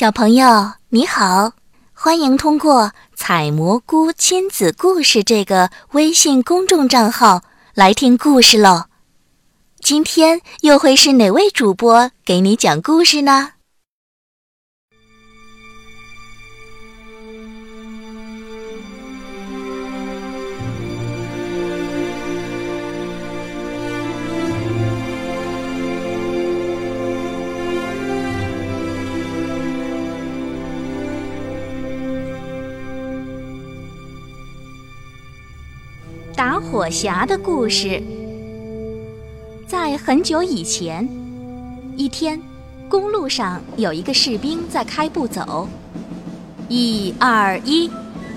小朋友你好，欢迎通过采蘑菇亲子故事这个微信公众账号来听故事喽。今天又会是哪位主播给你讲故事呢？打火匣的故事。在很久以前，一天，公路上有一个士兵在开步走，121，121。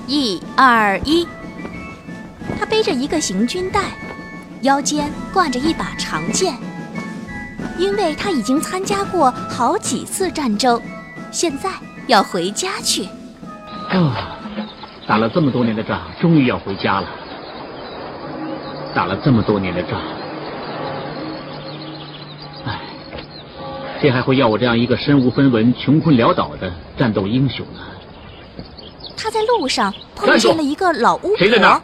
他背着一个行军袋，腰间挂着一把长剑。因为他已经参加过好几次战争，现在要回家去。 打了这么多年的仗，终于要回家了。打了这么多年的仗，谁还会要我这样一个身无分文、穷困潦倒的战斗英雄呢？ 他在路上碰见了一个老巫婆。 谁在那儿？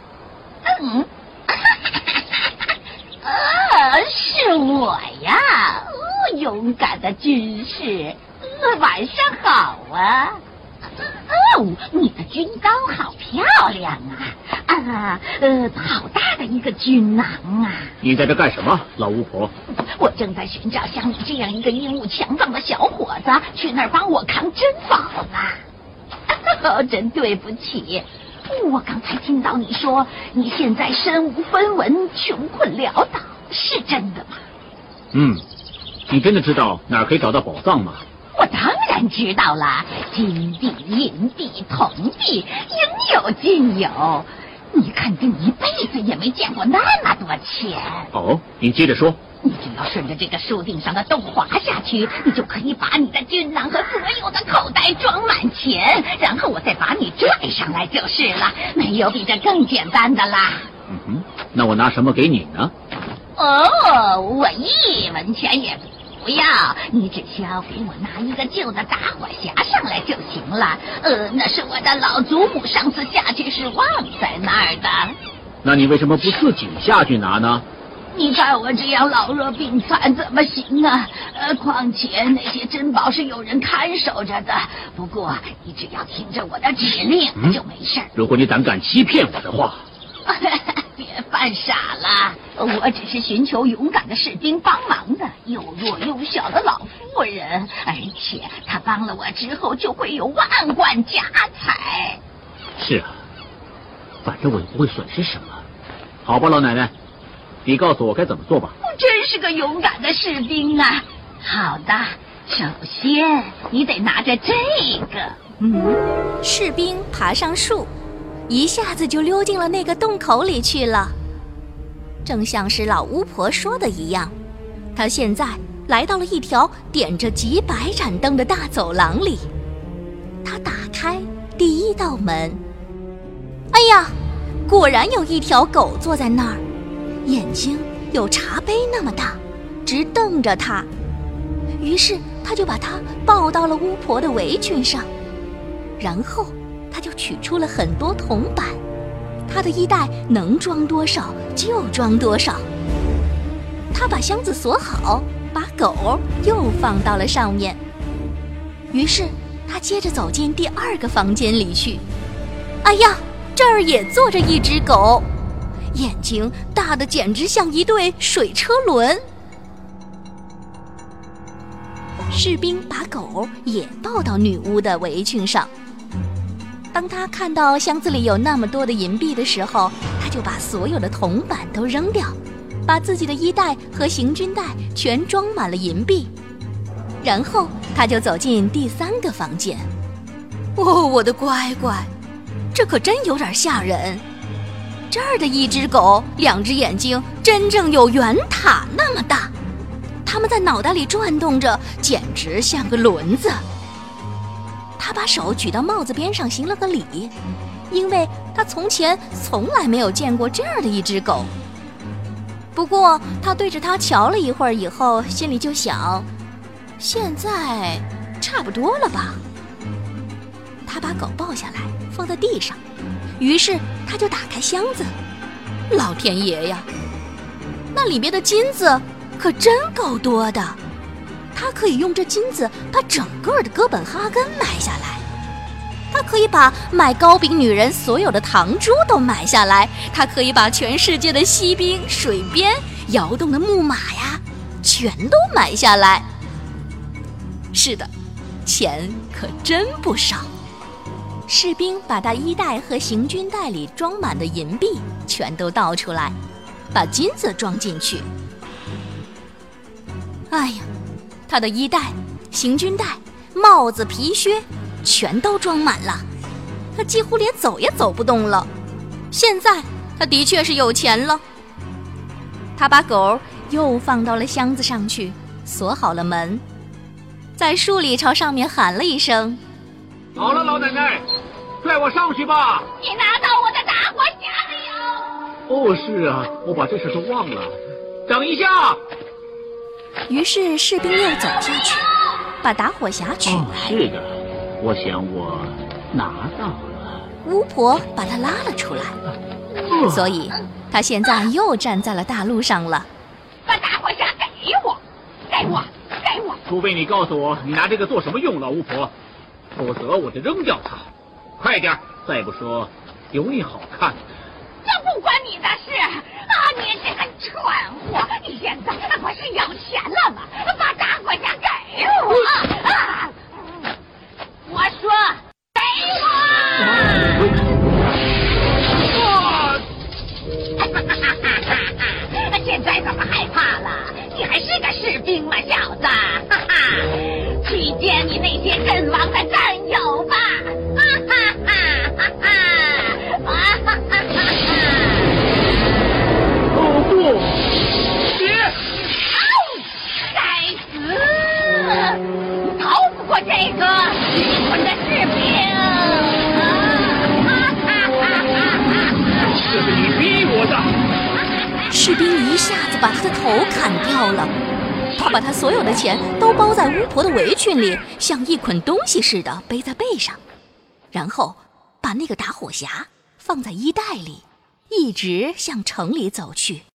是我呀，勇敢的军士，晚上好啊！你的军刀好漂亮啊！好大的一个军囊啊！ 你在这干什么，老巫婆？ 我正在寻找像你这样一个英武强壮的小伙子，去那儿帮我扛珍宝呢。真对不起，我刚才听到你说你现在身无分文、穷困潦倒，是真的吗？ 你真的知道哪儿可以找到宝藏吗？ 我当然知道了，金地、银地、铜地，应有尽有。你肯定一辈子也没见过那么多钱。 你接着说。 你只要顺着这个树顶上的洞滑下去，你就可以把你的军囊和所有的口袋装满钱，然后我再把你拽上来就是了。没有比这更简单的啦。 那我拿什么给你呢？ 我1文钱也不要，你只需要给我拿一个旧的打火匣上来就行了。那是我的老祖母上次下去时忘在那儿的。 那你为什么不自己下去拿呢？ 你看我这样老弱病残怎么行啊？况且那些珍宝是有人看守着的。不过你只要听着我的指令，就没事。 如果你胆敢欺骗我的话。 别犯傻了，我只是寻求勇敢的士兵帮忙的，又弱又小的老妇人，而且他帮了我之后就会有万贯家财。 是啊，反正我也不会损失什么。好吧，老奶奶，你告诉我该怎么做吧。 我真是个勇敢的士兵啊！好的，首先你得拿着这个。 士兵爬上树，一下子就溜进了那个洞口里去了。正像是老巫婆说的一样，他现在来到了一条点着几百盏灯的大走廊里。他打开第一道门，哎呀，果然有一条狗坐在那儿，眼睛有茶杯那么大，直瞪着他。于是他就把它抱到了巫婆的围裙上，然后他就取出了很多铜板，他的衣袋能装多少就装多少。他把箱子锁好，把狗又放到了上面。于是他接着走进第2个房间里去。哎呀，这儿也坐着一只狗，眼睛大得简直像一对水车轮。士兵把狗也抱到女巫的围裙上。当他看到箱子里有那么多的银币的时候，他就把所有的铜板都扔掉，把自己的衣袋和行军袋全装满了银币。然后他就走进第3个房间。我的乖乖，这可真有点吓人。这儿的一只狗，2只眼睛真正有圆塔那么大，它们在脑袋里转动着，简直像个轮子。他把手举到帽子边上行了个礼，因为他从前从来没有见过这样的一只狗。不过他对着它瞧了一会儿以后，心里就想，现在差不多了吧。 他把狗抱下来放在地上，于是他就打开箱子。老天爷呀，那里面的金子可真够多的，他可以用这金子把整个的哥本哈根买下来，他可以把卖糕饼女人所有的糖珠都买下来，他可以把全世界的锡兵、水鞭、摇动的木马呀全都买下来。是的，钱可真不少。士兵把他衣袋和行军袋里装满的银币全都倒出来，把金子装进去。哎呀，他的衣袋、行军袋、帽子、皮靴全都装满了，他几乎连走也走不动了。现在他的确是有钱了。他把狗又放到了箱子上去，锁好了门，在树里朝上面喊了一声： 好了，老奶奶，拽我上去吧。 你拿到我的打火匣没有？ 哦，是啊，我把这事都忘了。等一下。 于是士兵又走下去，把打火匣取来。 是的，我想我拿到了。 巫婆把他拉了出来，所以他现在又站在了大路上了。 把打火匣给我，给我，给我！ 除非你告诉我你拿这个做什么用，老巫婆，否则我就扔掉它。快点，再不说有你好看的。 这不关你的事啊！你这个蠢货，你现在不是有钱了吗？把打火匣给我啊！我说给我！现在怎么害怕了？你还是个士兵吗，小子？哈哈，去见你那些阵亡的战友吧！哈哈哈哈哈！啊哈哈哈哈！ 哦不，别！ 该死！逃不过这个愚蠢的士兵！ 这是你逼我的！ 士兵一下子把他的头砍掉了，他把他所有的钱都包在巫婆的围裙里，像一捆东西似的背在背上，然后把那个打火匣放在衣袋里，一直向城里走去。